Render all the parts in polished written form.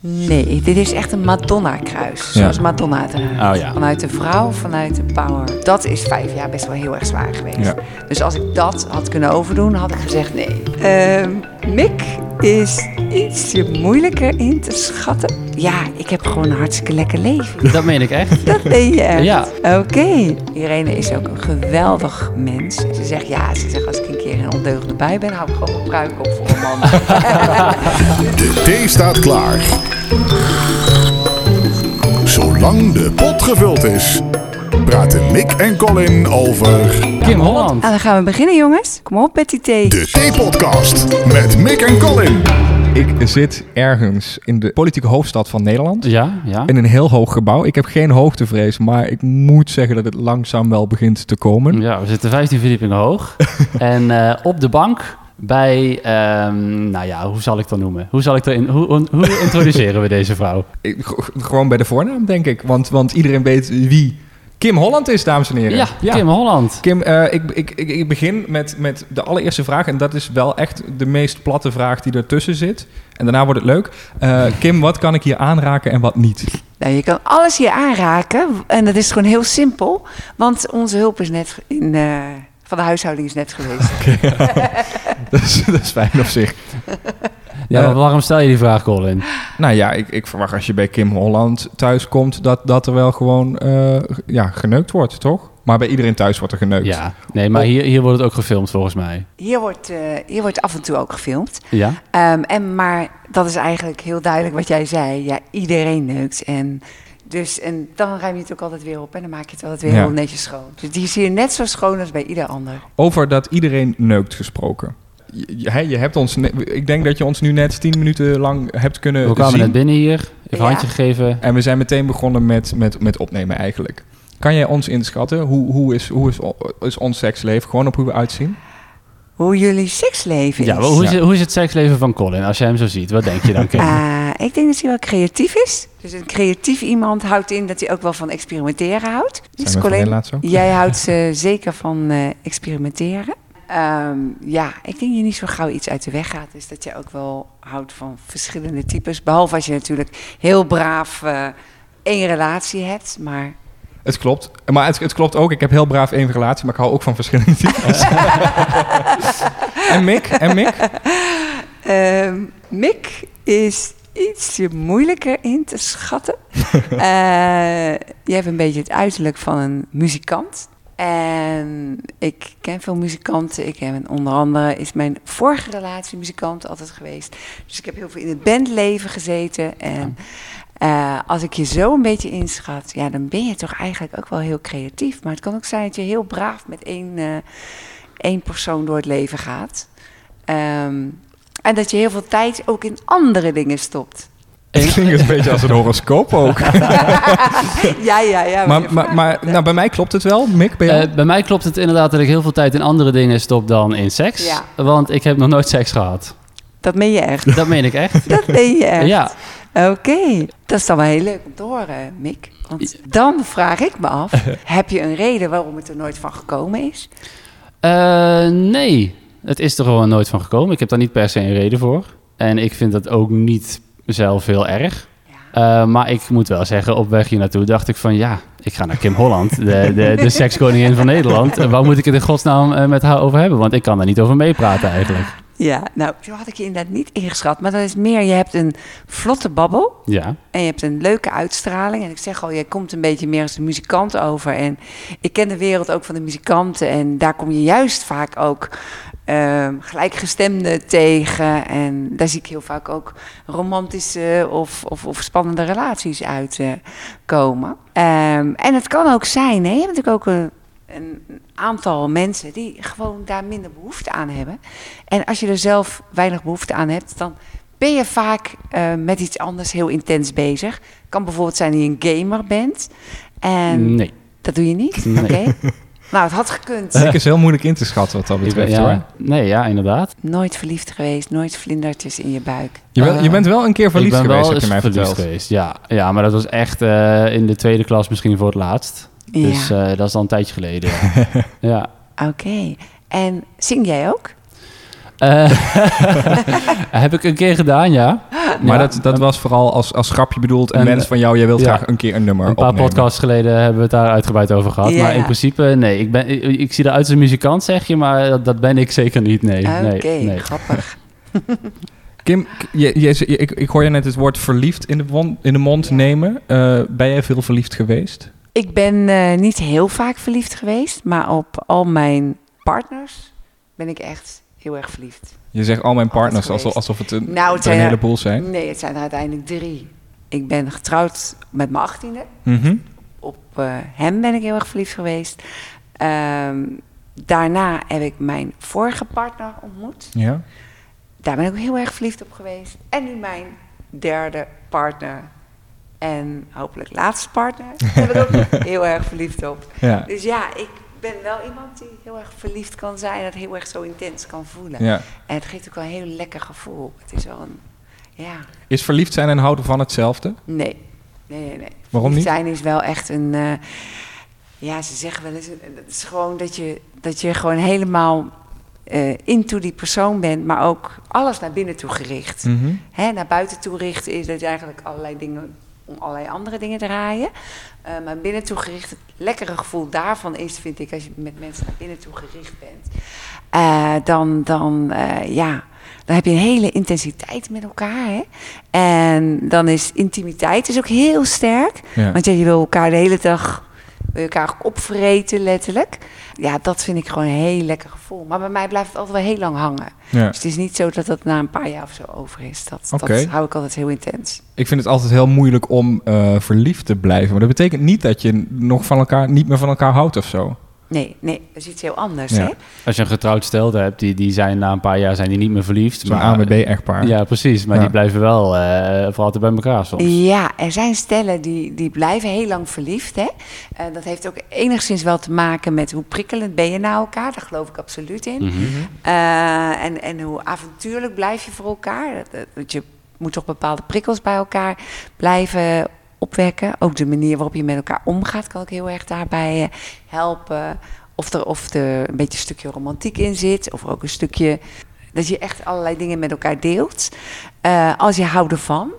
Nee, dit is echt een Madonna-kruis. Zoals Madonna het draagt. Oh, ja. Vanuit de vrouw, vanuit de power. Dat is 5 jaar best wel heel erg zwaar geweest. Ja. Dus als ik dat had kunnen overdoen, had ik gezegd nee. Mick is ietsje moeilijker in te schatten. Ja, ik heb gewoon een hartstikke lekker leven. Dat meen ik echt. Dat ben je echt. Ja. Oké. Irene is ook een geweldig mens. Ze zegt als ik een keer een ondeugende bui ben, hou ik gewoon een pruik op voor een man. De thee staat klaar. Zolang de pot gevuld is, praten Mick en Colin over Kim Holland. Nou, dan gaan we beginnen, jongens. Kom op met die thee. de Thee-podcast met Mick en Colin. Ik zit ergens in de politieke hoofdstad van Nederland. Ja. In een heel hoog gebouw. Ik heb geen hoogtevrees, maar ik moet zeggen dat het langzaam wel begint te komen. Ja, we zitten 15 verdiepingen hoog. En op de bank bij, hoe zal ik dat noemen? Hoe introduceren we deze vrouw? Gewoon bij de voornaam, denk ik. Want iedereen weet wie Kim Holland is, dames en heren. Ja, Kim Holland. Kim, ik begin met de allereerste vraag. En dat is wel echt de meest platte vraag die ertussen zit. En daarna wordt het leuk. Kim, wat kan ik hier aanraken en wat niet? Nou, je kan alles hier aanraken. En dat is gewoon heel simpel. Want onze hulp is net van de huishouding is net geweest. Dat is fijn op zich. Ja, maar waarom stel je die vraag, Colin? Nou ja, ik verwacht als je bij Kim Holland thuis komt, dat er wel gewoon geneukt wordt, toch? Maar bij iedereen thuis wordt er geneukt. Ja, nee, maar hier wordt het ook gefilmd volgens mij. Hier wordt af en toe ook gefilmd. Ja? Maar dat is eigenlijk heel duidelijk wat jij zei. Ja, iedereen neukt. En dan ruim je het ook altijd weer op en dan maak je het altijd weer heel netjes schoon. Dus die is hier net zo schoon als bij ieder ander. Over dat iedereen neukt gesproken. Je hebt ons, ik denk dat je ons nu net 10 minuten lang hebt kunnen zien. We kwamen net binnen hier, even handje gegeven. En we zijn meteen begonnen met opnemen eigenlijk. Kan jij ons inschatten? Hoe is ons seksleven? Gewoon op hoe we uitzien? Hoe jullie seksleven is? Ja, hoe is het seksleven van Colin? Als jij hem zo ziet, wat denk je dan, Kim? Ik denk dat hij wel creatief is. Dus een creatief iemand houdt in dat hij ook wel van experimenteren houdt. Dus Colin, jij houdt zeker van experimenteren. Ik denk dat je niet zo gauw iets uit de weg gaat. Dus dat je ook wel houdt van verschillende types. Behalve als je natuurlijk heel braaf één relatie hebt. Maar het klopt. Maar het klopt ook. Ik heb heel braaf één relatie, maar ik hou ook van verschillende types. En Mick? Mick is ietsje moeilijker in te schatten. Je hebt een beetje het uiterlijk van een muzikant. En ik ken veel muzikanten. Onder andere is mijn vorige relatie muzikant altijd geweest. Dus ik heb heel veel in het bandleven gezeten. En als ik je zo een beetje inschat, dan ben je toch eigenlijk ook wel heel creatief. Maar het kan ook zijn dat je heel braaf met één persoon door het leven gaat. En dat je heel veel tijd ook in andere dingen stopt. Het klinkt een beetje als een horoscoop ook. Ja. Maar bij mij klopt het wel, Mick, bij jou? Bij mij klopt het inderdaad dat ik heel veel tijd in andere dingen stop dan in seks. Ja. Want ik heb nog nooit seks gehad. Dat meen je echt? Dat meen ik echt. Dat meen je echt? Ja. Oké, dat is dan wel heel leuk om te horen, Mick. Want dan vraag ik me af, heb je een reden waarom het er nooit van gekomen is? Nee, het is er gewoon nooit van gekomen. Ik heb daar niet per se een reden voor. En ik vind dat ook niet zelf heel erg. Ja. Maar ik moet wel zeggen, op weg hier naartoe dacht ik van ik ga naar Kim Holland, de sekskoningin van Nederland. Waar moet ik het in godsnaam met haar over hebben? Want ik kan daar niet over meepraten eigenlijk. Ja, nou, zo had ik je inderdaad niet ingeschat. Maar dat is meer, je hebt een vlotte babbel. Ja. En je hebt een leuke uitstraling. En ik zeg al, jij komt een beetje meer als een muzikant over. En ik ken de wereld ook van de muzikanten. En daar kom je juist vaak ook gelijkgestemden tegen. En daar zie ik heel vaak ook romantische of spannende relaties uitkomen. En het kan ook zijn, hè? Je hebt natuurlijk ook een aantal mensen die gewoon daar minder behoefte aan hebben. En als je er zelf weinig behoefte aan hebt, dan ben je vaak met iets anders heel intens bezig. Het kan bijvoorbeeld zijn dat je een gamer bent. En nee. Dat doe je niet? Nee. Okay. Nou, het had gekund. Het is heel moeilijk in te schatten wat dat betreft, hoor. Nee, ja, inderdaad. Nooit verliefd geweest, nooit vlindertjes in je buik. Je bent wel een keer verliefd geweest, heb je mij verteld. Geweest, ja, maar dat was echt in de tweede klas misschien voor het laatst. Dus dat is al een tijdje geleden. Ja. Oké. En zing jij ook? Heb ik een keer gedaan, ja. Maar Ja, dat was vooral als grapje bedoeld. Een wens van jou, jij wilt ja, graag een keer een nummer een paar opnemen. podcasts geleden hebben we het daar uitgebreid over gehad. Ja. Maar in principe, nee. Ik zie eruit als een muzikant, zeg je, maar dat ben ik zeker niet. Nee, Oké, nee. grappig. Kim, ik hoor je net het woord verliefd in de mond nemen. Ben jij veel verliefd geweest? Ik ben niet heel vaak verliefd geweest, maar op al mijn partners ben ik echt heel erg verliefd. Je zegt al mijn partners geweest. alsof het Nou, een het zijn heleboel zijn. Nee, het zijn er uiteindelijk 3. Ik ben getrouwd met mijn 18e. Mhm. Op hem ben ik heel erg verliefd geweest. Daarna heb ik mijn vorige partner ontmoet. Ja. Daar ben ik ook heel erg verliefd op geweest. En nu mijn 3e partner. En hopelijk laatste partner. Daar ben ik ook heel erg verliefd op. Ja. Dus ja, ik ben wel iemand die heel erg verliefd kan zijn. En het heel erg zo intens kan voelen. Ja. En het geeft ook wel een heel lekker gevoel. Het is wel een... Ja, Is verliefd zijn en houden van hetzelfde? nee. Waarom niet? Verliefd zijn is wel echt een... ja, ze zeggen wel eens... Het is gewoon dat je gewoon helemaal into die persoon bent. Maar ook alles naar binnen toe gericht. Mhm. Hè, naar buiten toe richten is dat je eigenlijk allerlei dingen... om allerlei andere dingen draaien. Maar binnen toe gericht, het lekkere gevoel daarvan is, vind ik, als je met mensen naar binnen toe gericht bent, dan heb je een hele intensiteit met elkaar. Hè? En dan is intimiteit is ook heel sterk. Ja. Want ja, je wil elkaar de hele dag elkaar opvreten, letterlijk. Ja, dat vind ik gewoon een heel lekker gevoel. Maar bij mij blijft het altijd wel heel lang hangen. Ja. Dus het is niet zo dat dat na een paar jaar of zo over is. Dat Oké. hou ik altijd heel intens. Ik vind het altijd heel moeilijk om verliefd te blijven. Maar dat betekent niet dat je nog niet meer van elkaar houdt of zo. Nee, dat is iets heel anders, Ja. hè? Als je een getrouwd stel hebt, die zijn na een paar jaar zijn die niet meer verliefd. Zo'n ANWB-echtpaar. Ja, precies. Maar Ja. die blijven wel voor altijd bij elkaar soms. Ja, er zijn stellen die blijven heel lang verliefd, hè? Dat heeft ook enigszins wel te maken met hoe prikkelend ben je naar elkaar. Daar geloof ik absoluut in. Mhm. En hoe avontuurlijk blijf je voor elkaar. Dat je moet toch bepaalde prikkels bij elkaar blijven opwekken. Ook de manier waarop je met elkaar omgaat kan ook heel erg daarbij helpen. Of er een beetje een stukje romantiek in zit. Of er ook een stukje dat je echt allerlei dingen met elkaar deelt. Als je houden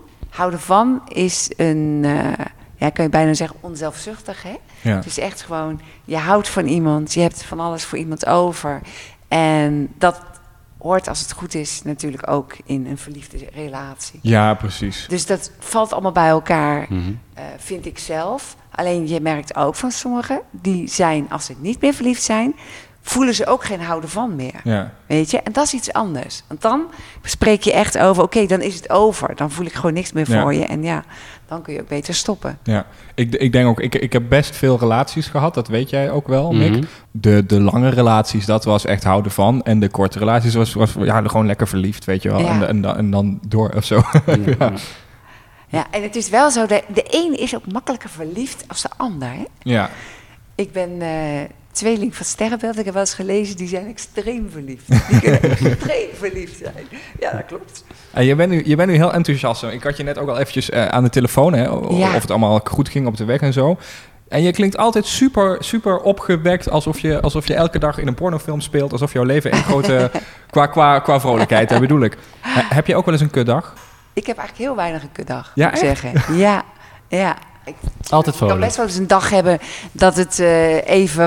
van is een, kan je bijna zeggen onzelfzuchtig, hè? Ja. Het is echt gewoon, je houdt van iemand, je hebt van alles voor iemand over. En dat hoort, als het goed is, natuurlijk ook in een verliefde relatie. Ja, precies. Dus dat valt allemaal bij elkaar, Mhm. vind ik zelf. Alleen je merkt ook van sommigen, die zijn, als ze niet meer verliefd zijn, voelen ze ook geen houden van meer. Ja. Weet je? En dat is iets anders. Want dan spreek je echt over, oké, dan is het over. Dan voel ik gewoon niks meer voor je. En ja, dan kun je ook beter stoppen. Ja, ik denk ook, ik heb best veel relaties gehad, dat weet jij ook wel, Mick. Mhm. De lange relaties, dat was echt houden van. En de korte relaties was gewoon lekker verliefd, weet je wel. Ja. En dan door of zo. Ja. Ja, en het is wel zo, de een is ook makkelijker verliefd als de ander. Hè? Ja, Ik ben tweeling van Sterrenbeeld. Ik heb wel eens gelezen, die zijn extreem verliefd. Die kunnen extreem verliefd zijn. Ja, dat klopt. en je bent nu heel enthousiast. Ik had je net ook al eventjes aan de telefoon, hè, Ja. of het allemaal goed ging op de weg en zo. En je klinkt altijd super, super opgewekt, alsof je elke dag in een pornofilm speelt, alsof jouw leven één grote qua vrolijkheid, hè, bedoel ik. Heb je ook wel eens een kutdag? Ik heb eigenlijk heel weinig een kutdag, Ja, moet ik echt? zeggen. Ja. Altijd Ik kan vrolijk. best wel eens een dag hebben dat het even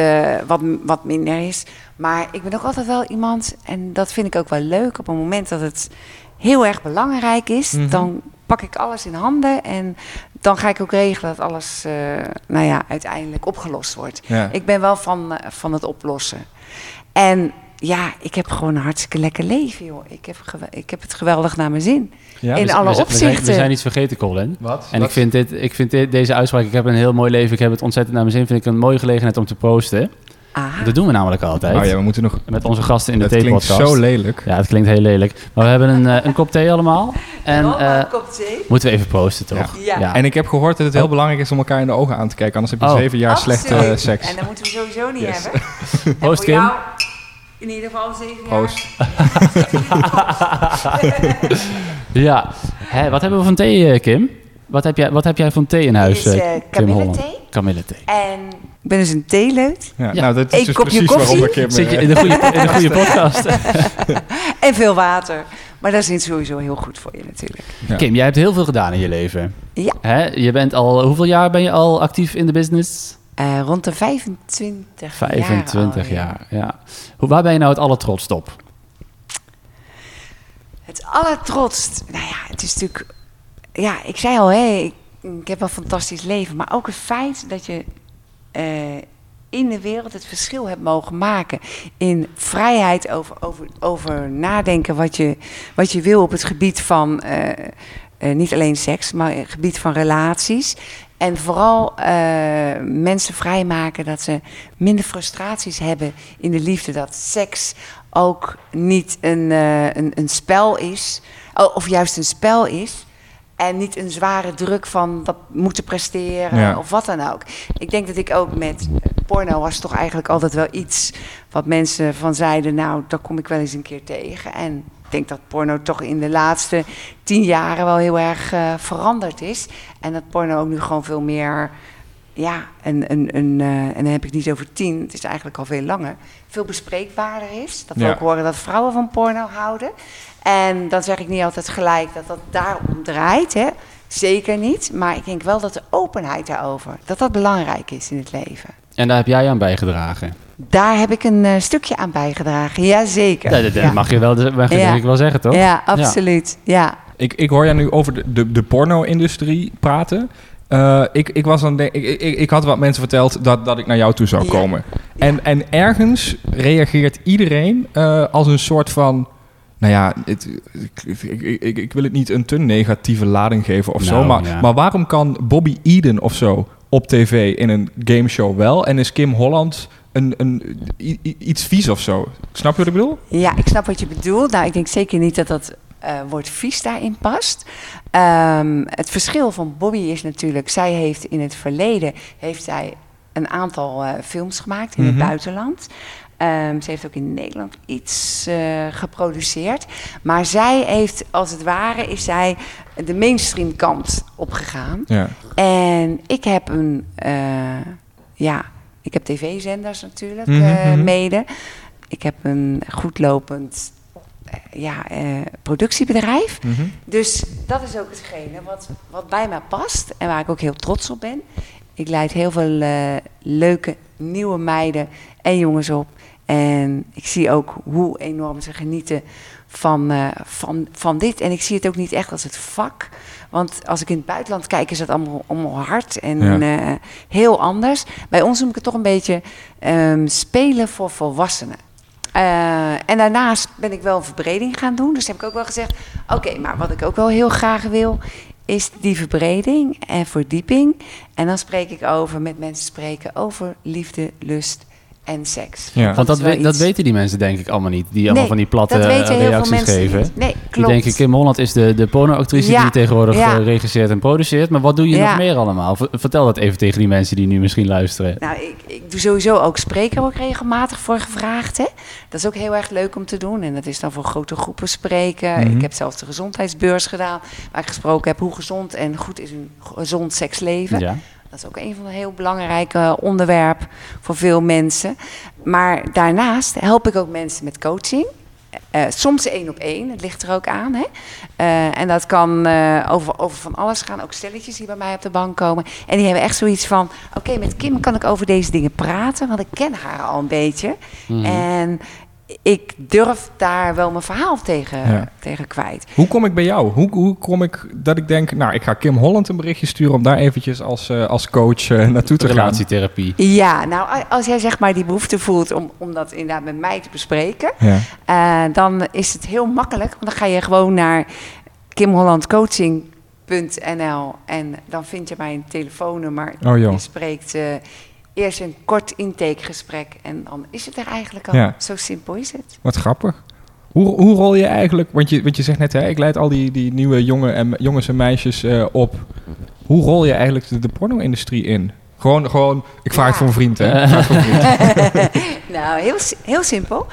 wat minder is. Maar ik ben ook altijd wel iemand, en dat vind ik ook wel leuk, op een moment dat het heel erg belangrijk is, dan pak ik alles in handen en dan ga ik ook regelen dat alles uiteindelijk opgelost wordt. Ja. Ik ben wel van het oplossen. En ja, ik heb gewoon een hartstikke lekker leven, joh. Ik heb het geweldig naar mijn zin. Ja, in dus- alle we opzichten. zijn iets vergeten, Colin. Wat? En ik vind deze uitspraak, ik heb een heel mooi leven, ik heb het ontzettend naar mijn zin, vind ik een mooie gelegenheid om te proosten. Aha. Dat doen we namelijk altijd. Oh ja, we moeten nog... Met onze gasten in de Het klinkt theepodcast. zo lelijk. Ja, het klinkt heel lelijk. Maar we hebben een kop thee allemaal. En een kop thee. moeten we even proosten, toch? Ja. En ik heb gehoord dat het heel belangrijk is om elkaar in de ogen aan te kijken. Anders heb je 7 jaar slechte Absoluut. seks. En dat moeten we sowieso niet Yes. hebben. En Proost, voor Kim. jou in ieder geval 7 jaar. Proost. Ja. Hé, wat hebben we van thee, Kim? Wat heb jij van thee in huis, Dit is Kim Holland? kamillethee. Kamillethee. En Ik ben dus een theeleut. Ja, Ja. nou, dat is Eén dus kopje precies waarom koffie. ik hem... Zit je in de goede podcast. En veel water. Maar dat is sowieso heel goed voor je natuurlijk. Ja. Kim, jij hebt heel veel gedaan in je leven. Ja. Hè? Je bent hoeveel jaar ben je al actief in de business? Rond de 25 25 jaar. jaar, ja. Waar ben je nou het allertrotst op? Het allertrotst. Nou ja, het is natuurlijk... Ja, ik zei al, ik heb een fantastisch leven. Maar ook het feit dat je in de wereld het verschil hebt mogen maken. In vrijheid over nadenken wat je wil op het gebied van... niet alleen seks, maar het gebied van relaties. En vooral mensen vrijmaken dat ze minder frustraties hebben in de liefde. Dat seks ook niet een spel is, of juist een spel is. En niet een zware druk van dat moeten presteren of wat dan ook. Ik denk dat ik ook met porno was toch eigenlijk altijd wel iets wat mensen van zeiden... nou, daar kom ik wel eens een keer tegen. En ik denk dat porno toch in de laatste 10 jaren wel heel erg veranderd is. En dat porno ook nu gewoon veel meer... Ja, en dan heb ik niet over 10, het is eigenlijk al veel langer... veel bespreekbaarder is. Dat we ook horen dat vrouwen van porno houden... En dan zeg ik niet altijd gelijk dat dat daarom draait, hè? Zeker niet. Maar ik denk wel dat de openheid daarover, dat belangrijk is in het leven. En daar heb jij aan bijgedragen? Daar heb ik een stukje aan bijgedragen, jazeker. Dat mag je wel, denk ik wel zeggen, toch? Ja, absoluut, ja. Ik hoor jij nu over de porno-industrie praten. Ik had wat mensen verteld dat ik naar jou toe zou komen. Ja. En ergens reageert iedereen als een soort van... Nou ja, ik wil het niet een te negatieve lading geven of zo. Maar waarom kan Bobby Eden of zo op tv in een gameshow wel... en is Kim Holland iets vies of zo? Snap je wat ik bedoel? Ja, ik snap wat je bedoelt. Nou, ik denk zeker niet dat dat woord vies daarin past. Het verschil van Bobby is natuurlijk... zij heeft in het verleden een aantal films gemaakt in het buitenland... ze heeft ook in Nederland iets geproduceerd. Maar zij heeft, als het ware, is zij de mainstream kant opgegaan. Ja. En ik heb ik heb tv-zenders natuurlijk mede. Ik heb een goedlopend productiebedrijf. Dus dat is ook hetgene wat bij mij past en waar ik ook heel trots op ben. Ik leid heel veel leuke nieuwe meiden en jongens op. En ik zie ook hoe enorm ze genieten van dit. En ik zie het ook niet echt als het vak. Want als ik in het buitenland kijk, is het allemaal hard en heel anders. Bij ons noem ik het toch een beetje spelen voor volwassenen. En daarnaast ben ik wel een verbreding gaan doen. Dus heb ik ook wel gezegd, oké, maar wat ik ook wel heel graag wil... is die verbreding en verdieping. En dan spreek ik met mensen spreken over liefde, lust en seks. Ja. Want dat weten die mensen denk ik allemaal niet. Die allemaal van die platte reacties geven. Niet. Nee, klopt. Die denken, Kim Holland is de pornoactrice die tegenwoordig regisseerd en produceert. Maar wat doe je nog meer allemaal? Vertel dat even tegen die mensen die nu misschien luisteren. Nou, ik doe sowieso ook spreken, ook regelmatig voor gevraagd. Hè? Dat is ook heel erg leuk om te doen. En dat is dan voor grote groepen spreken. Ik heb zelfs de gezondheidsbeurs gedaan. Waar ik gesproken heb hoe gezond en goed is een gezond seksleven. Ja. Dat is ook een van de heel belangrijke onderwerpen voor veel mensen. Maar daarnaast help ik ook mensen met coaching. Soms 1-op-1, het ligt er ook aan. Hè? En dat kan over van alles gaan. Ook stelletjes die bij mij op de bank komen. En die hebben echt zoiets van... Oké, met Kim kan ik over deze dingen praten. Want ik ken haar al een beetje. En ik durf daar wel mijn verhaal tegen kwijt. Hoe kom ik bij jou? Hoe kom ik dat ik denk... Nou, ik ga Kim Holland een berichtje sturen... om daar eventjes als coach naartoe te gaan. Relatietherapie. Ja, nou, als jij zeg maar die behoefte voelt... om dat inderdaad met mij te bespreken... dan is het heel makkelijk. Want dan ga je gewoon naar kimhollandcoaching.nl... en dan vind je mijn telefoonnummer. Je spreekt... eerst een kort intakegesprek en dan is het er eigenlijk al. Ja. Zo simpel is het. Wat grappig. Hoe rol je eigenlijk... Want je zegt net, ik leid al die nieuwe jongens en meisjes op. Hoe rol je eigenlijk de porno-industrie in? Gewoon ik vraag het voor een vriend, hè? Nou, heel simpel.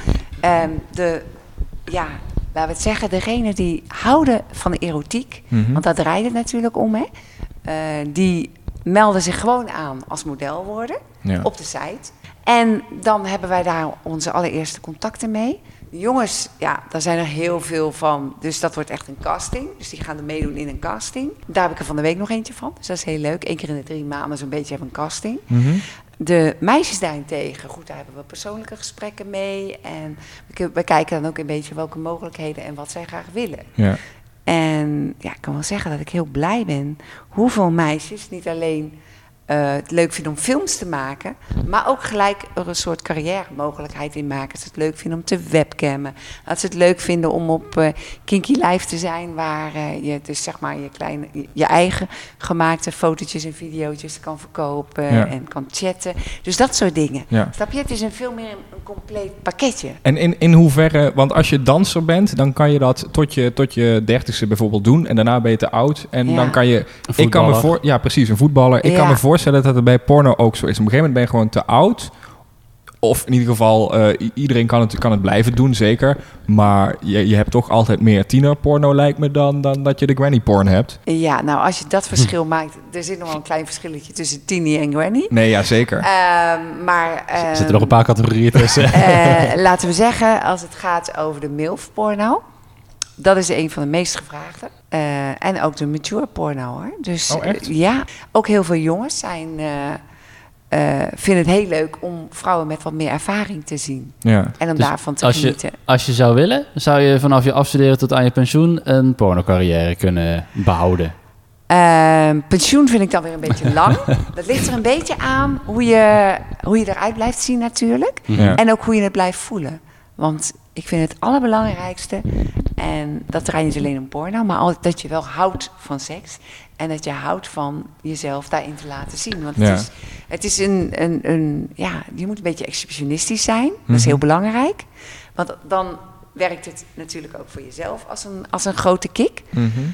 Laten we het zeggen, degene die houden van de erotiek... want daar draait het natuurlijk om, hè? Die melden zich gewoon aan als model worden op de site. En dan hebben wij daar onze allereerste contacten mee. De jongens, daar zijn er heel veel van. Dus dat wordt echt een casting. Dus die gaan er meedoen in een casting. Daar heb ik er van de week nog eentje van. Dus dat is heel leuk. 1 keer in de 3 maanden zo'n beetje hebben we een casting. Mm-hmm. De meisjes daarentegen, goed, daar hebben we persoonlijke gesprekken mee. En we kijken dan ook een beetje welke mogelijkheden en wat zij graag willen. Ja. En ik kan wel zeggen dat ik heel blij ben hoeveel meisjes niet alleen het leuk vinden om films te maken, maar ook gelijk er een soort carrière mogelijkheid in maken. Dat ze het leuk vinden om te webcammen. Dat ze het leuk vinden om op Kinky Live te zijn, waar je dus zeg maar je eigen gemaakte fotootjes en videootjes kan verkopen en kan chatten. Dus dat soort dingen. Ja. Snap je? Het is veel meer een compleet pakketje. En in hoeverre, want als je danser bent, dan kan je dat tot je 30ste bijvoorbeeld doen en daarna ben je te oud en dan kan je... Ik kan me precies, een voetballer. Ik kan me voorstellen dat het bij porno ook zo is. Op een gegeven moment ben je gewoon te oud. Of in ieder geval, iedereen kan het blijven doen, zeker. Maar je hebt toch altijd meer tienerporno, lijkt me, dan dat je de granny porn hebt. Ja, nou, als je dat verschil maakt... Er zit nog wel een klein verschilletje tussen teenie en granny. Nee, ja, zeker. Maar... er zitten nog een paar categorieën tussen. Laten we zeggen, als het gaat over de MILF-porno... Dat is een van de meest gevraagde. En ook de mature porno, hoor. Dus ook heel veel jongens vinden het heel leuk om vrouwen met wat meer ervaring te zien. Ja. En om dus daarvan te genieten. Als je zou willen, zou je vanaf je afstuderen tot aan je pensioen een pornocarrière kunnen behouden? Pensioen vind ik dan weer een beetje lang. Dat ligt er een beetje aan hoe je eruit blijft zien natuurlijk. Ja. En ook hoe je het blijft voelen. Want ik vind het allerbelangrijkste, en dat draait niet alleen om porno, maar altijd dat je wel houdt van seks. En dat je houdt van jezelf daarin te laten zien. Want het is je moet een beetje exhibitionistisch zijn. Dat is heel belangrijk. Want dan werkt het natuurlijk ook voor jezelf als een grote kick. Mm-hmm.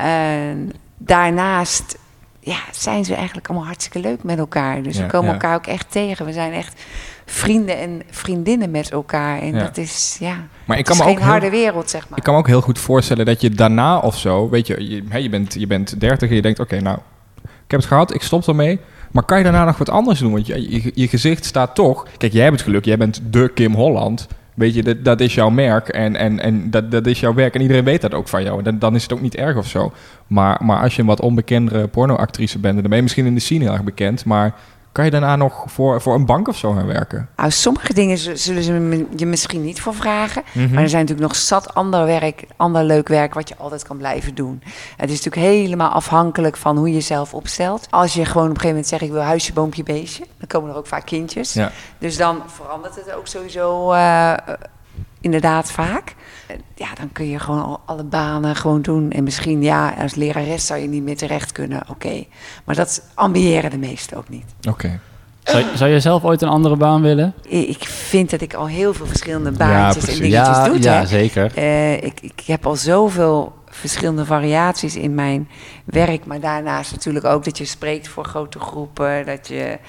Daarnaast zijn ze eigenlijk allemaal hartstikke leuk met elkaar. Dus we komen elkaar ook echt tegen. We zijn echt vrienden en vriendinnen met elkaar. En dat is, maar het is geen harde wereld, zeg maar. Ik kan me ook heel goed voorstellen dat je daarna of zo... Weet je bent 30 en je denkt... Oké, nou, ik heb het gehad, ik stop ermee. Maar kan je daarna nog wat anders doen? Want je gezicht staat toch... Kijk, jij hebt het geluk, jij bent de Kim Holland... Weet je, dat is jouw merk en dat is jouw werk. En iedereen weet dat ook van jou. Dan is het ook niet erg of zo. Maar als je een wat onbekendere pornoactrice bent... dan ben je misschien in de scene heel erg bekend... maar kan je daarna nog voor een bank of zo gaan werken? Nou, sommige dingen zullen ze je misschien niet voor vragen. Mm-hmm. Maar er zijn natuurlijk nog zat ander leuk werk... wat je altijd kan blijven doen. Het is natuurlijk helemaal afhankelijk van hoe je jezelf opstelt. Als je gewoon op een gegeven moment zegt... ik wil huisje, boompje, beestje... dan komen er ook vaak kindjes. Ja. Dus dan verandert het ook sowieso inderdaad vaak. Dan kun je gewoon alle banen gewoon doen. En misschien, als lerares zou je niet meer terecht kunnen. Oké. Maar dat ambiëren de meesten ook niet. Oké. Zou je zelf ooit een andere baan willen? Ik vind dat ik al heel veel verschillende baantjes en dingetjes doe. Ja, zeker. Ik heb al zoveel verschillende variaties in mijn werk. Maar daarnaast natuurlijk ook dat je spreekt voor grote groepen. Dat je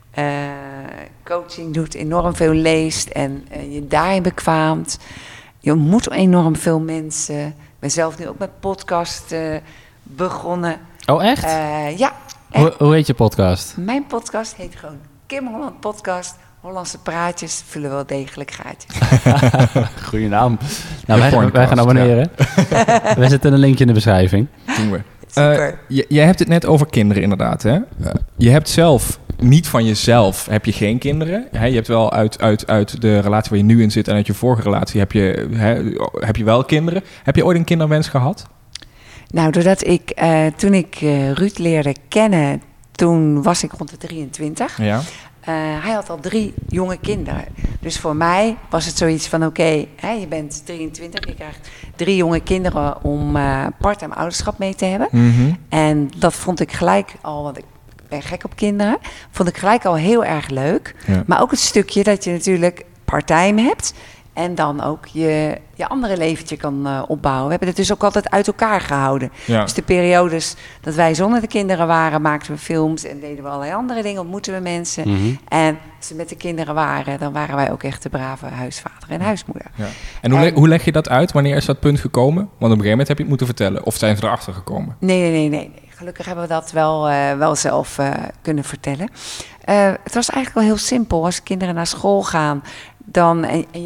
coaching doet, enorm veel leest en je daarin bekwaamt. Je ontmoet enorm veel mensen. Ik ben zelf nu ook met podcast begonnen. Oh, echt? Ja. Hoe heet je podcast? Mijn podcast heet gewoon Kim Holland Podcast. Hollandse praatjes vullen wel degelijk gaatjes. Goeie naam. Nou, wij gaan abonneren. Ja. We zetten een linkje in de beschrijving. Doen we. Jij hebt het net over kinderen inderdaad. Hè? Je hebt zelf, niet van jezelf, heb je geen kinderen. Hè? Je hebt wel uit de relatie waar je nu in zit en uit je vorige relatie heb je wel kinderen. Heb je ooit een kinderwens gehad? Nou, doordat toen ik Ruud leerde kennen, toen was ik rond de 23. Ja. Hij had al 3 jonge kinderen. Dus voor mij was het zoiets van oké, je bent 23, je krijgt 3 jonge kinderen om part-time ouderschap mee te hebben. Mm-hmm. En dat vond ik gelijk al, want ik ben gek op kinderen, vond ik gelijk al heel erg leuk. Ja. Maar ook het stukje dat je natuurlijk part-time hebt En dan ook je andere leventje kan opbouwen. We hebben het dus ook altijd uit elkaar gehouden. Ja. Dus de periodes dat wij zonder de kinderen waren, maakten we films en deden we allerlei andere dingen, ontmoetten we mensen. Mhm. En als ze met de kinderen waren, dan waren wij ook echt de brave huisvader en huismoeder. Ja. En hoe leg je dat uit? Wanneer is dat punt gekomen? Want op een gegeven moment heb je het moeten vertellen. Of zijn ze erachter gekomen? Nee. Gelukkig hebben we dat wel zelf kunnen vertellen. Het was eigenlijk wel heel simpel. Als kinderen naar school gaan dan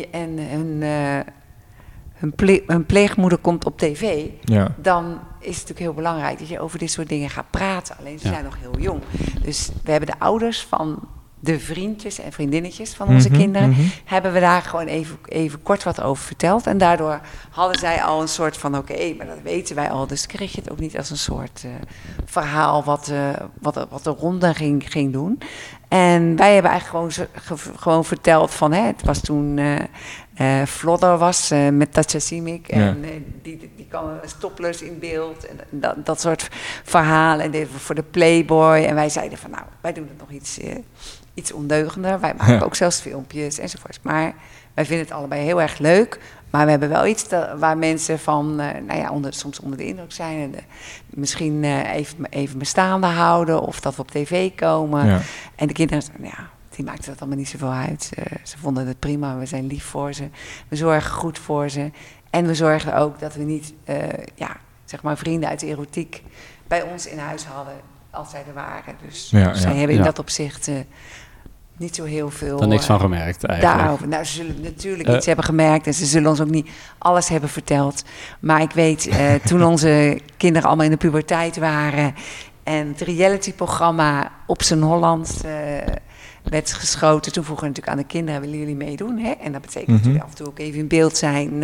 hun pleegmoeder komt op tv, dan is het natuurlijk heel belangrijk dat je over dit soort dingen gaat praten. Alleen ze zijn nog heel jong. Dus we hebben de ouders van de vriendjes en vriendinnetjes van onze kinderen, hebben we daar gewoon even kort wat over verteld. En daardoor hadden zij al een soort van, oké, maar dat weten wij al. Dus kreeg je het ook niet als een soort verhaal wat de ronde ging doen. En wij hebben eigenlijk gewoon verteld van, het was toen Flodder was met Tatja Simic. En die kan stoplers in beeld. En dat soort verhalen. En deden we voor de Playboy. En wij zeiden van, wij doen het nog iets ondeugender. Wij maken ook zelfs filmpjes enzovoorts. Maar wij vinden het allebei heel erg leuk. Maar we hebben wel iets waar mensen van, soms onder de indruk zijn. En misschien even bestaande houden. Of dat we op tv komen. Ja. En de kinderen, die maakten dat allemaal niet zoveel uit. Ze vonden het prima. We zijn lief voor ze. We zorgen goed voor ze. En we zorgen ook dat we niet, vrienden uit de erotiek bij ons in huis hadden. Als zij er waren. Dus zij hebben in dat opzicht niet zo heel veel. Er niks van gemerkt eigenlijk. Daarover. Nou, ze zullen natuurlijk iets hebben gemerkt. En ze zullen ons ook niet alles hebben verteld. Maar ik weet, toen onze kinderen allemaal in de puberteit waren. En het reality-programma Op z'n Holland werd geschoten. Toen vroegen we natuurlijk aan de kinderen, willen jullie meedoen? Hè? En dat betekent natuurlijk af en toe ook even in beeld zijn.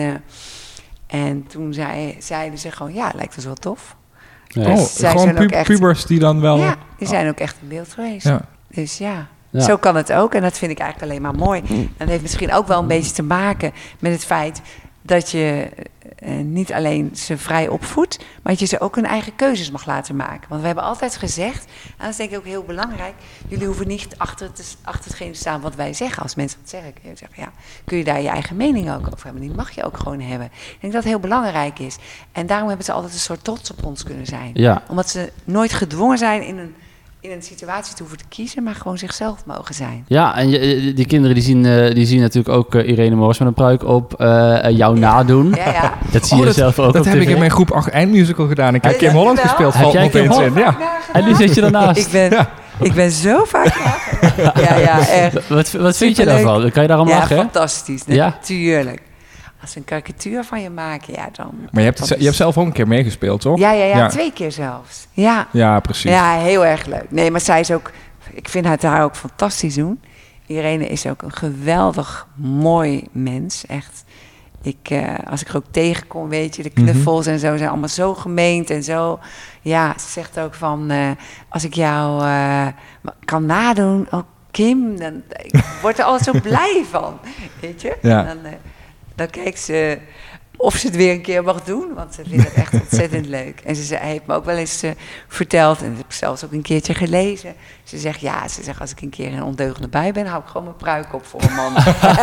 En toen zeiden ze gewoon, lijkt ons wel tof. Ja. Dus gewoon pubers die dan wel... Ja, die zijn ook echt in beeld geweest. Ja. Dus zo kan het ook. En dat vind ik eigenlijk alleen maar mooi. En dat heeft misschien ook wel een beetje te maken met het feit dat je niet alleen ze vrij opvoedt, maar dat je ze ook hun eigen keuzes mag laten maken. Want we hebben altijd gezegd, en dat is denk ik ook heel belangrijk, jullie hoeven niet achter hetgeen te staan wat wij zeggen. Als mensen wat zeggen, kun je zeggen, kun je daar je eigen mening ook over hebben. Die mag je ook gewoon hebben. Ik denk dat het heel belangrijk is. En daarom hebben ze altijd een soort trots op ons kunnen zijn. Ja. Omdat ze nooit gedwongen zijn in een situatie te hoeven te kiezen, maar gewoon zichzelf mogen zijn. Ja, en die kinderen die zien natuurlijk ook Irene Moors met een pruik op jou nadoen. Ja. Dat zie je zelf ook. Dat heb ik in mijn groep 8 eindmusical gedaan. Ik heb Kim Holland gespeeld. Heb jij Kim Holland? Ja. En nu zit je ernaast. Ik ben zo vaak ja, echt. Wat vind je daarvan? Kan je daarom lachen? Ja, fantastisch. Natuurlijk. Als ze een karikatuur van je maken, dan... Maar je hebt zelf ook een keer meegespeeld, toch? Ja, 2 keer zelfs. Ja, precies. Ja, heel erg leuk. Nee, maar zij is ook... Ik vind haar ook fantastisch doen. Irene is ook een geweldig mooi mens, echt. Als ik er ook tegenkom, weet je, de knuffels en zo zijn allemaal zo gemeend en zo... Ja, ze zegt ook van, als ik jou kan nadoen... Oh, Kim, dan ik word er altijd zo blij van, weet je? Ja. Dan kijkt ze of ze het weer een keer mag doen, want ze vindt het echt ontzettend leuk. En ze heeft me ook wel eens verteld, en dat heb ik zelfs ook een keertje gelezen. Ze zegt, als ik een keer een ondeugende bui ben, hou ik gewoon mijn pruik op voor een man.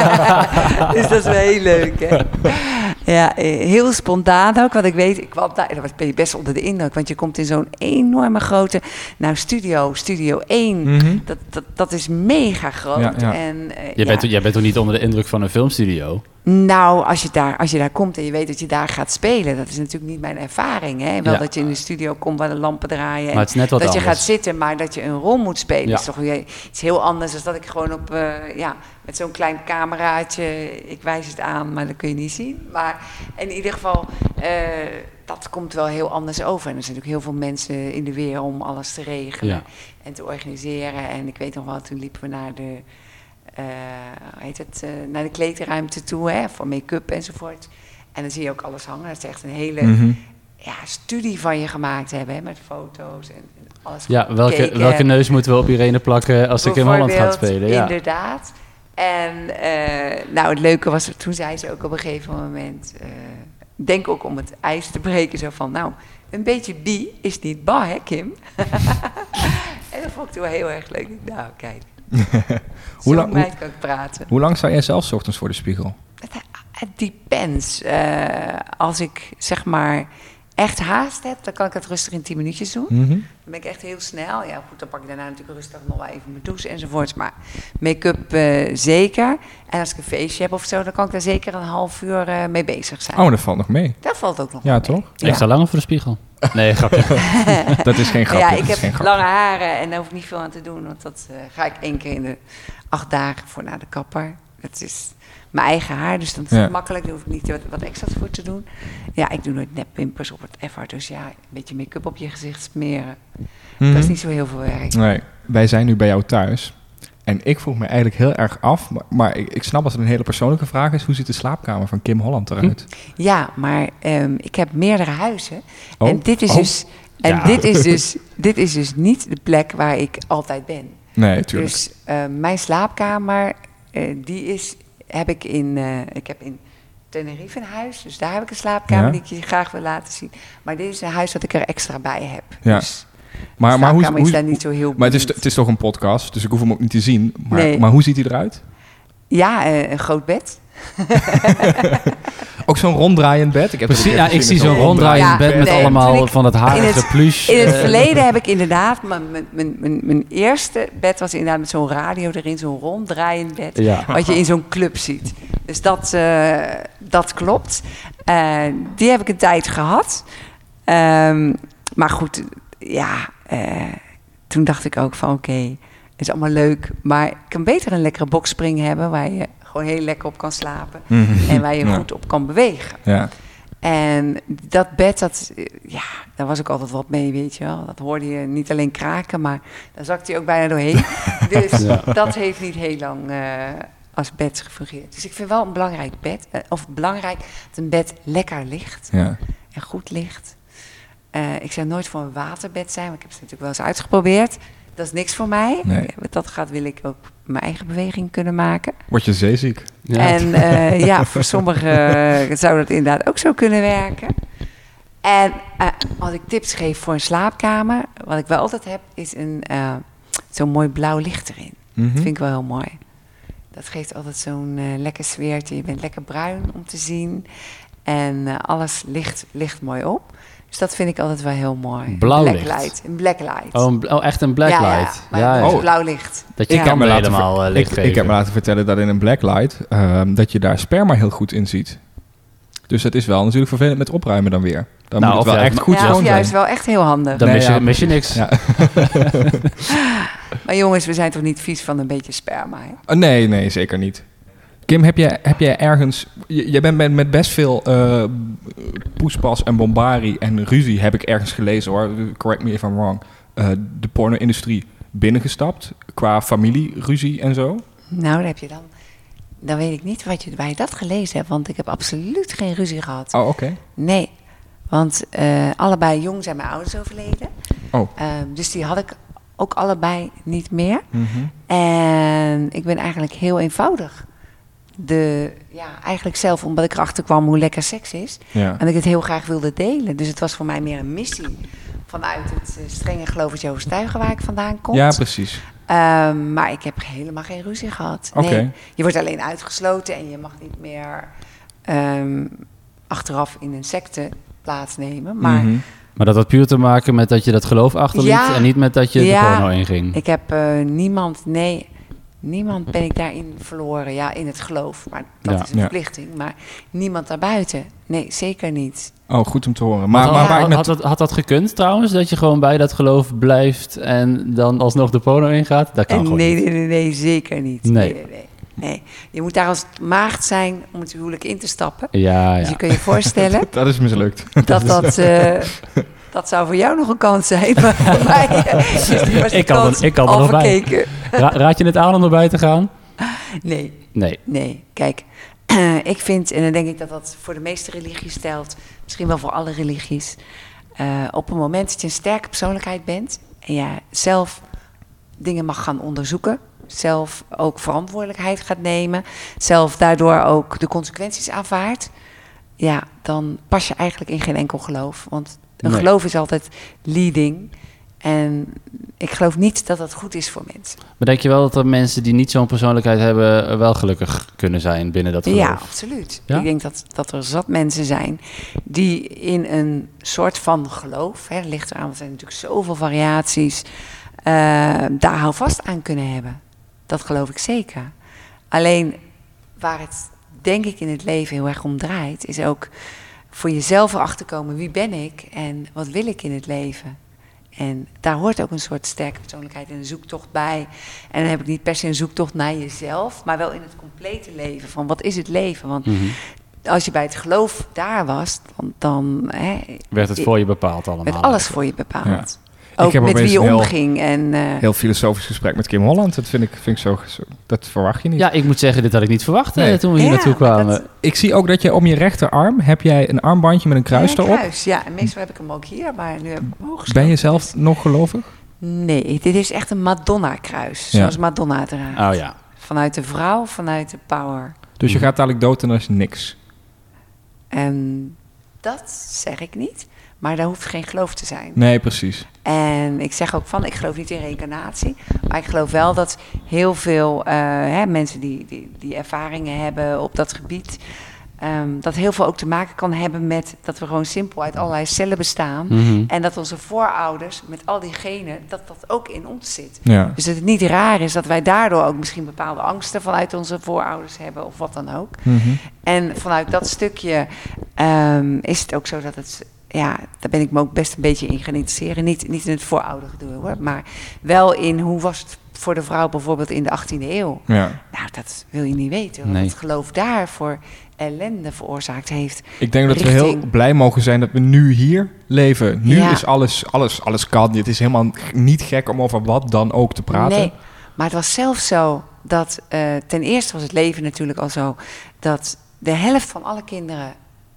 Dus dat is wel heel leuk, hè? Ja, heel spontaan ook, want ik weet, ik kwam daar, daar ben je best onder de indruk, want je komt in zo'n enorme grote, Studio 1, dat is mega groot. Ja. En, jij bent toch niet onder de indruk van een filmstudio? Nou, als je daar komt en je weet dat je daar gaat spelen, dat is natuurlijk niet mijn ervaring. Hè? Wel dat je in de studio komt waar de lampen draaien. Maar het is net wat dat anders. Je gaat zitten, maar dat je een rol moet spelen. Is toch weer iets heel anders dan dat ik gewoon op, met zo'n klein cameraatje, ik wijs het aan, maar dat kun je niet zien. Maar in ieder geval, dat komt wel heel anders over. En er zijn natuurlijk heel veel mensen in de weer om alles te regelen en te organiseren. En ik weet nog wel, toen liepen we naar de... naar de kleedruimte toe, hè, voor make-up enzovoort. En dan zie je ook alles hangen. Dat is echt een hele studie van je gemaakt hebben, hè, met foto's en alles. Ja, welke neus moeten we op Irene plakken als ze Kim Holland gaat spelen? Ja. Inderdaad. En het leuke was, toen zei ze ook op een gegeven moment, denk ook om het ijs te breken, zo van, een beetje bi is niet ba, hè, Kim? En dat vond ik toen wel heel erg leuk. Nou, kijk. Hoe lang kan ik praten? Hoe lang sta jij zelf 's ochtends voor de spiegel? Het depends. Als ik zeg maar echt haast heb, dan kan ik het rustig in 10 minuutjes doen. Mhm. Dan ben ik echt heel snel. Ja, goed, dan pak ik daarna natuurlijk rustig nog wel even mijn douche enzovoorts. Maar make-up zeker. En als ik een feestje heb of zo, dan kan ik daar zeker een half uur mee bezig zijn. Oh, dat valt nog mee. Dat valt ook nog Ja, mee. toch? Extra langer voor de spiegel. Nee, grapje. Dat is geen grapje. Ja, dat ik is heb geen grapje. lange haren en daar hoef ik niet veel aan te doen. Want dat ga ik 1 keer in de 8 dagen voor naar de kapper. Dat is mijn eigen haar, dus dan is het Ja. makkelijk. Daar hoef ik niet wat extra's voor te doen. Ja, ik doe nooit neppimpers op het effort. Dus ja, een beetje make-up op je gezicht smeren. Mhm. Dat is niet zo heel veel werk. Nee, wij zijn nu bij jou thuis. En ik vroeg me eigenlijk heel erg af, maar ik snap dat het een hele persoonlijke vraag is. Hoe ziet de slaapkamer van Kim Holland eruit? Ja, maar ik heb meerdere huizen. Oh, En dit is oh. dus... En Ja. dit is dus niet de plek waar ik altijd ben. Nee, tuurlijk. Dus mijn slaapkamer, heb ik in Tenerife een huis. Dus daar heb ik een slaapkamer Ja. die ik je graag wil laten zien. Maar dit is een huis dat ik er extra bij heb. Ja. Dus maar slaapkamer is daar niet zo heel maar boeiend. het is toch een podcast, dus ik hoef hem ook niet te zien. Maar, Nee. maar hoe ziet hij eruit? Ja, een groot bed. Ook zo'n ronddraaiend bed? Ik heb Precies, het ook ja, even ik gezien, zie zo'n ronddraaiend Ja, bed met nee, allemaal toen ik van het harige plush. In het verleden heb ik inderdaad... Mijn eerste bed was inderdaad met zo'n radio erin. Zo'n ronddraaiend bed. Ja. Wat je in zo'n club ziet. Dus dat klopt. Die heb ik een tijd gehad. Maar goed, ja... toen dacht ik ook van oké, het is allemaal leuk. Maar ik kan beter een lekkere boxspring hebben... waar je gewoon heel lekker op kan slapen. Mhm. En waar je Ja. goed op kan bewegen. Ja. En dat bed, daar was ik altijd wat mee, weet je wel. Dat hoorde je niet alleen kraken, maar daar zakte je ook bijna doorheen. Dus dat heeft niet heel lang als bed gefungeerd. Dus ik vind wel een belangrijk bed, belangrijk dat een bed lekker ligt Ja. en goed ligt. Ik zou nooit voor een waterbed zijn, maar ik heb het natuurlijk wel eens uitgeprobeerd. Dat is niks voor mij. Nee. Wat dat gaat, wil ik ook mijn eigen beweging kunnen maken. Word je zeeziek? Ja. En voor sommigen zou dat inderdaad ook zo kunnen werken. En als ik tips geef voor een slaapkamer, wat ik wel altijd heb, is zo'n mooi blauw licht erin. Mhm. Dat vind ik wel heel mooi. Dat geeft altijd zo'n lekker sfeertje. Je bent lekker bruin om te zien. En alles ligt mooi op. Dus dat vind ik altijd wel heel mooi. Blauw Black licht? light. Een black light. Echt een blacklight. Maar Ja, het ja. is blauw licht. Dat je Ja. kan me laten helemaal licht geven. Ik heb me laten vertellen dat in een blacklight, dat je daar sperma heel goed in ziet. Dus het is wel natuurlijk vervelend met opruimen dan weer. Dan Nou, moet het of wel juist- echt goed Ja, schoon of zijn. juist wel echt heel handig. Dan Nee, mis je niks. Ja. Maar jongens, we zijn toch niet vies van een beetje sperma, hè? Nee, zeker niet. Kim, heb jij ergens... Je bent met best veel poespas en bombari en ruzie, heb ik ergens gelezen hoor. Correct me if I'm wrong. De porno-industrie binnengestapt qua familieruzie en zo. Nou, daar heb je dan... Dan weet ik niet waar je dat gelezen hebt, want ik heb absoluut geen ruzie gehad. Oh, oké. Nee, want allebei jong zijn mijn ouders overleden. Oh. Dus die had ik ook allebei niet meer. Mhm. En ik ben eigenlijk heel eenvoudig. Eigenlijk zelf, omdat ik erachter kwam hoe lekker seks is. Ja. En ik het heel graag wilde delen. Dus het was voor mij meer een missie. Vanuit het strenge geloof het overtuigen waar ik vandaan kom. Ja, precies. Maar ik heb helemaal geen ruzie gehad. Oké. Nee, je wordt alleen uitgesloten en je mag niet meer achteraf in een secte plaatsnemen. Maar Mhm. Maar dat had puur te maken met dat je dat geloof achterliet Ja. en niet met dat je Ja. de porno inging. ik heb niemand ben ik daarin verloren. Ja, in het geloof. Maar dat Ja. is een Ja. verplichting. Maar niemand daarbuiten. Nee, zeker niet. Oh, goed om te horen. Maar Maar waar ik net... had dat gekund trouwens? Dat je gewoon bij dat geloof blijft en dan alsnog de porno ingaat? Dat kan gewoon niet. Nee, zeker niet. Nee. Nee. Je moet daar als maagd zijn om het huwelijk in te stappen. Ja, Dus ja. je kunt je voorstellen Dat is mislukt. dat zou voor jou nog een kans zijn. Maar voor mij is die Ik kan er al nog bij. verkeken. Raad je het aan om erbij te gaan? Nee. Nee. Kijk, ik vind, en dan denk ik dat dat voor de meeste religies stelt, misschien wel voor alle religies, op het moment dat je een sterke persoonlijkheid bent en je zelf dingen mag gaan onderzoeken, zelf ook verantwoordelijkheid gaat nemen, zelf daardoor ook de consequenties aanvaardt, ja, dan pas je eigenlijk in geen enkel geloof. Want een Nee. geloof is altijd leading. En ik geloof niet dat dat goed is voor mensen. Maar denk je wel dat er mensen die niet zo'n persoonlijkheid hebben wel gelukkig kunnen zijn binnen dat geloof? Ja, absoluut. Ja? Ik denk dat er zat mensen zijn die in een soort van geloof, hè, ligt eraan, er zijn natuurlijk zoveel variaties, daar houvast aan kunnen hebben. Dat geloof ik zeker. Alleen waar het denk ik in het leven heel erg om draait, is ook voor jezelf erachter komen, wie ben ik en wat wil ik in het leven? En daar hoort ook een soort sterke persoonlijkheid en een zoektocht bij. En dan heb ik niet per se een zoektocht naar jezelf, maar wel in het complete leven. Van wat is het leven? Want als je bij het geloof daar was, dan werd het voor je bepaald allemaal. werd alles voor je bepaald. Ja. Ook Ik heb met wie opeens je een omging. En, heel filosofisch gesprek met Kim Holland. Dat vind ik zo, dat verwacht je niet. Ja, ik moet zeggen, dit had ik niet verwacht toen we hier Ja, naartoe kwamen. dat- Ik zie ook dat je om je rechterarm heb jij een armbandje met een kruis een erop. kruis, ja. En meestal heb ik hem ook hier, maar nu heb ik hem omhoog Ben gestoken. je zelf nog gelovig? Nee, dit is echt een Madonna-kruis. Ja. Zoals Madonna draagt. Oh ja. Vanuit de vrouw, vanuit de power. Dus je gaat dadelijk dood en dat is niks. En dat zeg ik niet. Maar daar hoeft geen geloof te zijn. Nee, precies. En ik zeg ook ik geloof niet in reïncarnatie. Maar ik geloof wel dat heel veel mensen die ervaringen hebben op dat gebied, dat heel veel ook te maken kan hebben met dat we gewoon simpel uit allerlei cellen bestaan. Mhm. En dat onze voorouders met al die genen, dat ook in ons zit. Ja. Dus dat het niet raar is dat wij daardoor ook misschien bepaalde angsten vanuit onze voorouders hebben of wat dan ook. Mhm. En vanuit dat stukje is het ook zo dat het, ja, daar ben ik me ook best een beetje in gaan interesseren. Niet in het vooroudergedoe hoor, maar wel in hoe was het voor de vrouw bijvoorbeeld in de 18e eeuw. Ja. Nou, dat wil je niet weten. Wat Nee. het geloof daar voor ellende veroorzaakt heeft. Ik denk dat we heel Richting- blij mogen zijn dat we nu hier leven. Nu Ja. is alles kan. Het is helemaal niet gek om over wat dan ook te praten. Nee, maar het was zelfs zo dat ten eerste was het leven natuurlijk al zo dat de helft van alle kinderen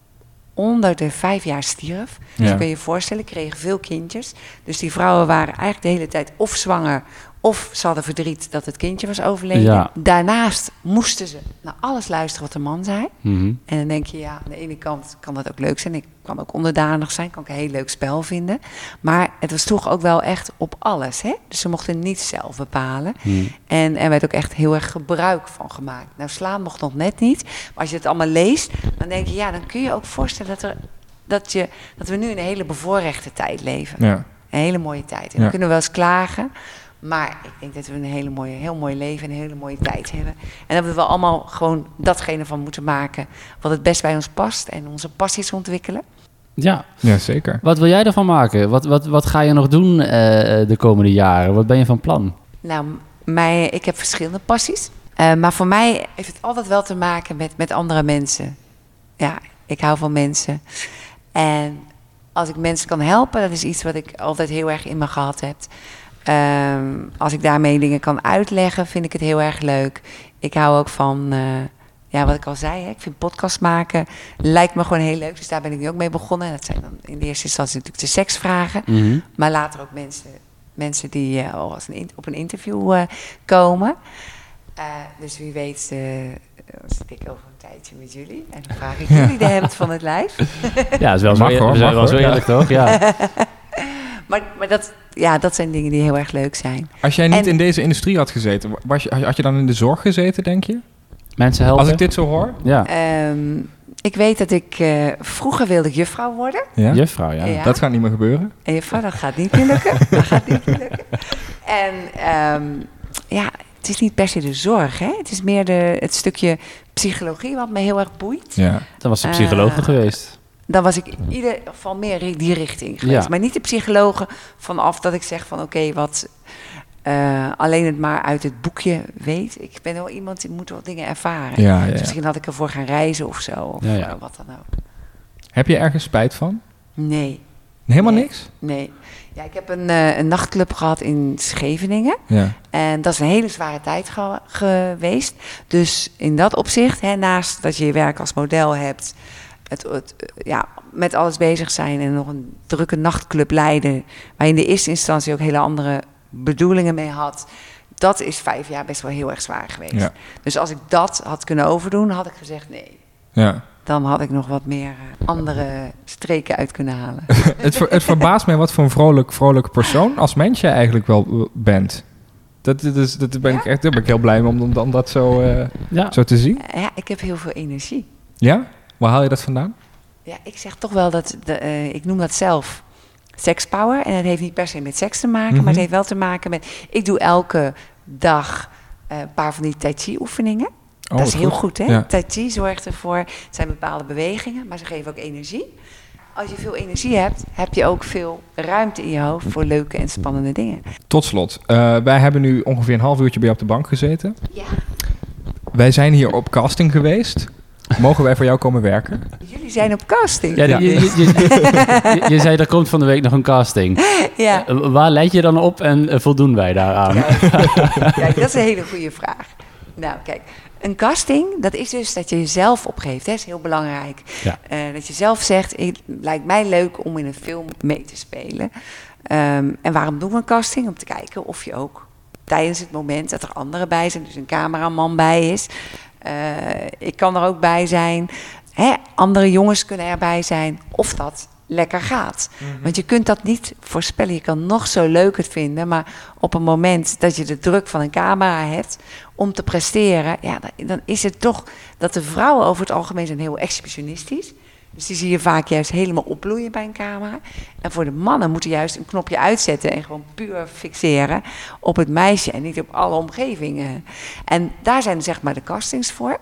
onder de 5 jaar stierf. Dus Ja. kun je je voorstellen, kregen veel kindjes. Dus die vrouwen waren eigenlijk de hele tijd of zwanger of ze hadden verdriet dat het kindje was overleden. Ja. Daarnaast moesten ze naar alles luisteren wat de man zei. Mhm. En dan denk je, ja, aan de ene kant kan dat ook leuk zijn. Ik kan ook onderdanig zijn, kan ik een heel leuk spel vinden. Maar het was toch ook wel echt op alles, hè? Dus ze mochten niet zelf bepalen. Mhm. En er werd ook echt heel erg gebruik van gemaakt. Nou, slaan mocht nog net niet. Maar als je het allemaal leest, dan denk je, ja, dan kun je ook voorstellen dat we nu in een hele bevoorrechte tijd leven. Ja. Een hele mooie tijd. En Ja. dan kunnen we wel eens klagen. Maar ik denk dat we een heel mooi leven en een hele mooie tijd hebben. En dat we wel allemaal gewoon datgene van moeten maken wat het best bij ons past. En onze passies ontwikkelen. Ja. Ja, zeker. Wat wil jij ervan maken? Wat ga je nog doen de komende jaren? Wat ben je van plan? Nou, ik heb verschillende passies. Maar voor mij heeft het altijd wel te maken met andere mensen. Ja, ik hou van mensen. En als ik mensen kan helpen, dat is iets wat ik altijd heel erg in me gehad heb. Als ik daarmee dingen kan uitleggen, vind ik het heel erg leuk. Ik hou ook van, wat ik al zei, hè, ik vind podcast maken, lijkt me gewoon heel leuk. Dus daar ben ik nu ook mee begonnen. En dat zijn dan in de eerste instantie natuurlijk de seksvragen. Mhm. Maar later ook mensen die op een interview komen. Dus wie weet zit ik over een tijdje met jullie. En dan vraag ik jullie de hemd van het lijf. Ja, is wel Mag zo, hoor, we zijn mag wel zo hoor. eerlijk, toch? Ja. Maar dat zijn dingen die heel erg leuk zijn. Als jij niet En- in deze industrie had gezeten, had je dan in de zorg gezeten, denk je? Mensen helpen. Als ik dit zo hoor? Ja. Ik weet dat ik vroeger wilde ik juffrouw worden. Ja? Juffrouw, ja. Ja. Dat gaat niet meer gebeuren. En juffrouw, dat gaat niet meer lukken. Dat gaat niet meer lukken. En het is niet per se de zorg. Hè? Het is meer het stukje psychologie wat me heel erg boeit. Ja. Dan was ze psycholoog geweest. Dan was ik in ieder geval meer die richting geweest. Ja. Maar niet de psychologen vanaf dat ik zeg van oké, wat alleen het maar uit het boekje weet. Ik ben wel iemand die moet wel dingen ervaren. Ja, ja, Dus ja. misschien had ik ervoor gaan reizen of zo. Of Ja. wat dan ook. Heb je ergens spijt van? Nee. Helemaal Nee. niks? Nee. Ja, ik heb een nachtclub gehad in Scheveningen. Ja. En dat is een hele zware tijd geweest. Dus in dat opzicht, naast dat je je werk als model hebt, met alles bezig zijn en nog een drukke nachtclub leiden, waar je in de eerste instantie ook hele andere bedoelingen mee had, dat is 5 jaar best wel heel erg zwaar geweest. Ja. Dus als ik dat had kunnen overdoen, had ik gezegd nee. Ja. dan had ik nog wat meer andere streken uit kunnen halen. Het verbaast mij wat voor een vrolijk persoon als mens je eigenlijk wel bent. Daar ben ik heel blij mee om dat zo te zien. Ja, ik heb heel veel energie. Ja? Waar haal je dat vandaan? Ja, ik zeg toch wel dat, ik noem dat zelf sekspower. En het heeft niet per se met seks te maken, maar het heeft wel te maken met... Ik doe elke dag een paar van die tai chi oefeningen. Dat is heel goed, hè? Ja. Tai chi zorgt ervoor, het zijn bepaalde bewegingen, maar ze geven ook energie. Als je veel energie hebt, heb je ook veel ruimte in je hoofd voor leuke en spannende dingen. Tot slot, wij hebben nu ongeveer een half uurtje bij jou op de bank gezeten. Ja. Wij zijn hier op casting geweest. Mogen wij voor jou komen werken? Jullie zijn op casting. Ja, je zei, er komt van de week nog een casting. Ja. Waar let je dan op en voldoen wij daaraan? Kijk, dat is een hele goede vraag. Nou, kijk, een casting, dat is dus dat je jezelf opgeeft. Dat is heel belangrijk. Ja. Dat je zelf zegt, het lijkt mij leuk om in een film mee te spelen. En waarom doen we een casting? Om te kijken of je ook tijdens het moment dat er anderen bij zijn, dus een cameraman bij is... ik kan er ook bij zijn. Andere jongens kunnen erbij zijn. Of dat lekker gaat. Mm-hmm. Want je kunt dat niet voorspellen. Je kan nog zo leuk het vinden. Maar op een moment dat je de druk van een camera hebt... om te presteren... ja, dan is het toch dat de vrouwen over het algemeen zijn heel exhibitionistisch. Dus die zie je vaak juist helemaal opbloeien bij een camera. En voor de mannen moeten juist een knopje uitzetten... en gewoon puur fixeren op het meisje... en niet op alle omgevingen. En daar zijn zeg maar de castings voor.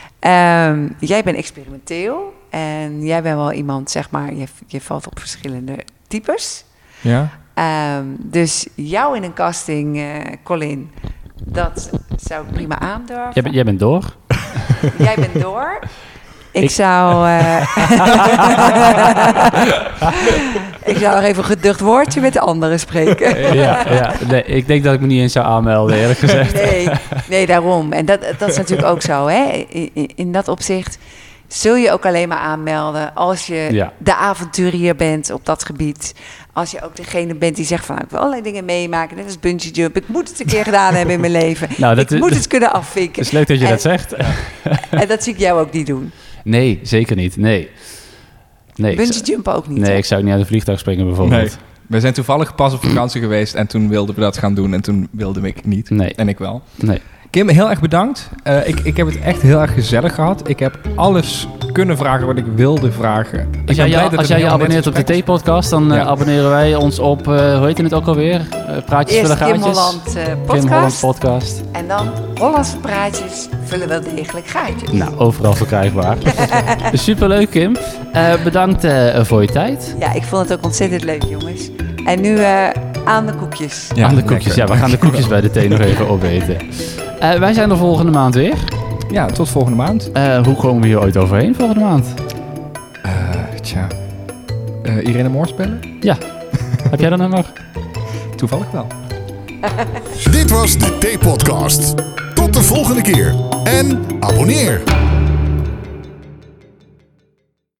Jij bent experimenteel... en jij bent wel iemand, zeg maar... je valt op verschillende types. Ja. Dus jou in een casting, Colin... dat zou ik prima aandurven. Jij bent door. Jij bent door... Ik zou ik zou nog even een geducht woordje met de anderen spreken. Ja. Nee, ik denk dat ik me niet eens zou aanmelden, eerlijk gezegd. Nee, daarom. En dat is natuurlijk ook zo. Hè? In dat opzicht zul je ook alleen maar aanmelden als je de avonturier bent op dat gebied. Als je ook degene bent die zegt van... ik wil allerlei dingen meemaken, net als bungee jump. Ik moet het een keer gedaan hebben in mijn leven. Ik moet het kunnen afvinken. Het is leuk dat je dat zegt. En dat zie ik jou ook niet doen. Nee, zeker niet. Nee. Bungee jumpen ook niet. Nee, ik zou niet uit een vliegtuig springen bijvoorbeeld. Nee. We zijn toevallig pas op vakantie geweest en toen wilden we dat gaan doen en toen wilde ik niet. Nee. En ik wel. Nee. Kim, heel erg bedankt. Ik heb het echt heel erg gezellig gehad. Ik heb alles kunnen vragen wat ik wilde vragen. Als jij je abonneert op de T-podcast, dan abonneren wij ons op, hoe heet het ook alweer? Praatjes vullen gaatjes. Kim Holland podcast. Kim Holland podcast. En dan Hollandse praatjes vullen wel degelijk gaatjes. Nou, overal verkrijgbaar. Superleuk, Kim. Bedankt voor je tijd. Ja, ik vond het ook ontzettend leuk, jongens. En nu aan de koekjes. Ja, aan de koekjes. Ja, we gaan de koekjes bij de thee nog even opeten. Wij zijn er volgende maand weer. Ja, tot volgende maand. Hoe komen we hier ooit overheen volgende maand? Irene Moor spelen? Ja. Heb jij dat nummer? Toevallig wel. Dit was de T-podcast. Tot de volgende keer. En abonneer.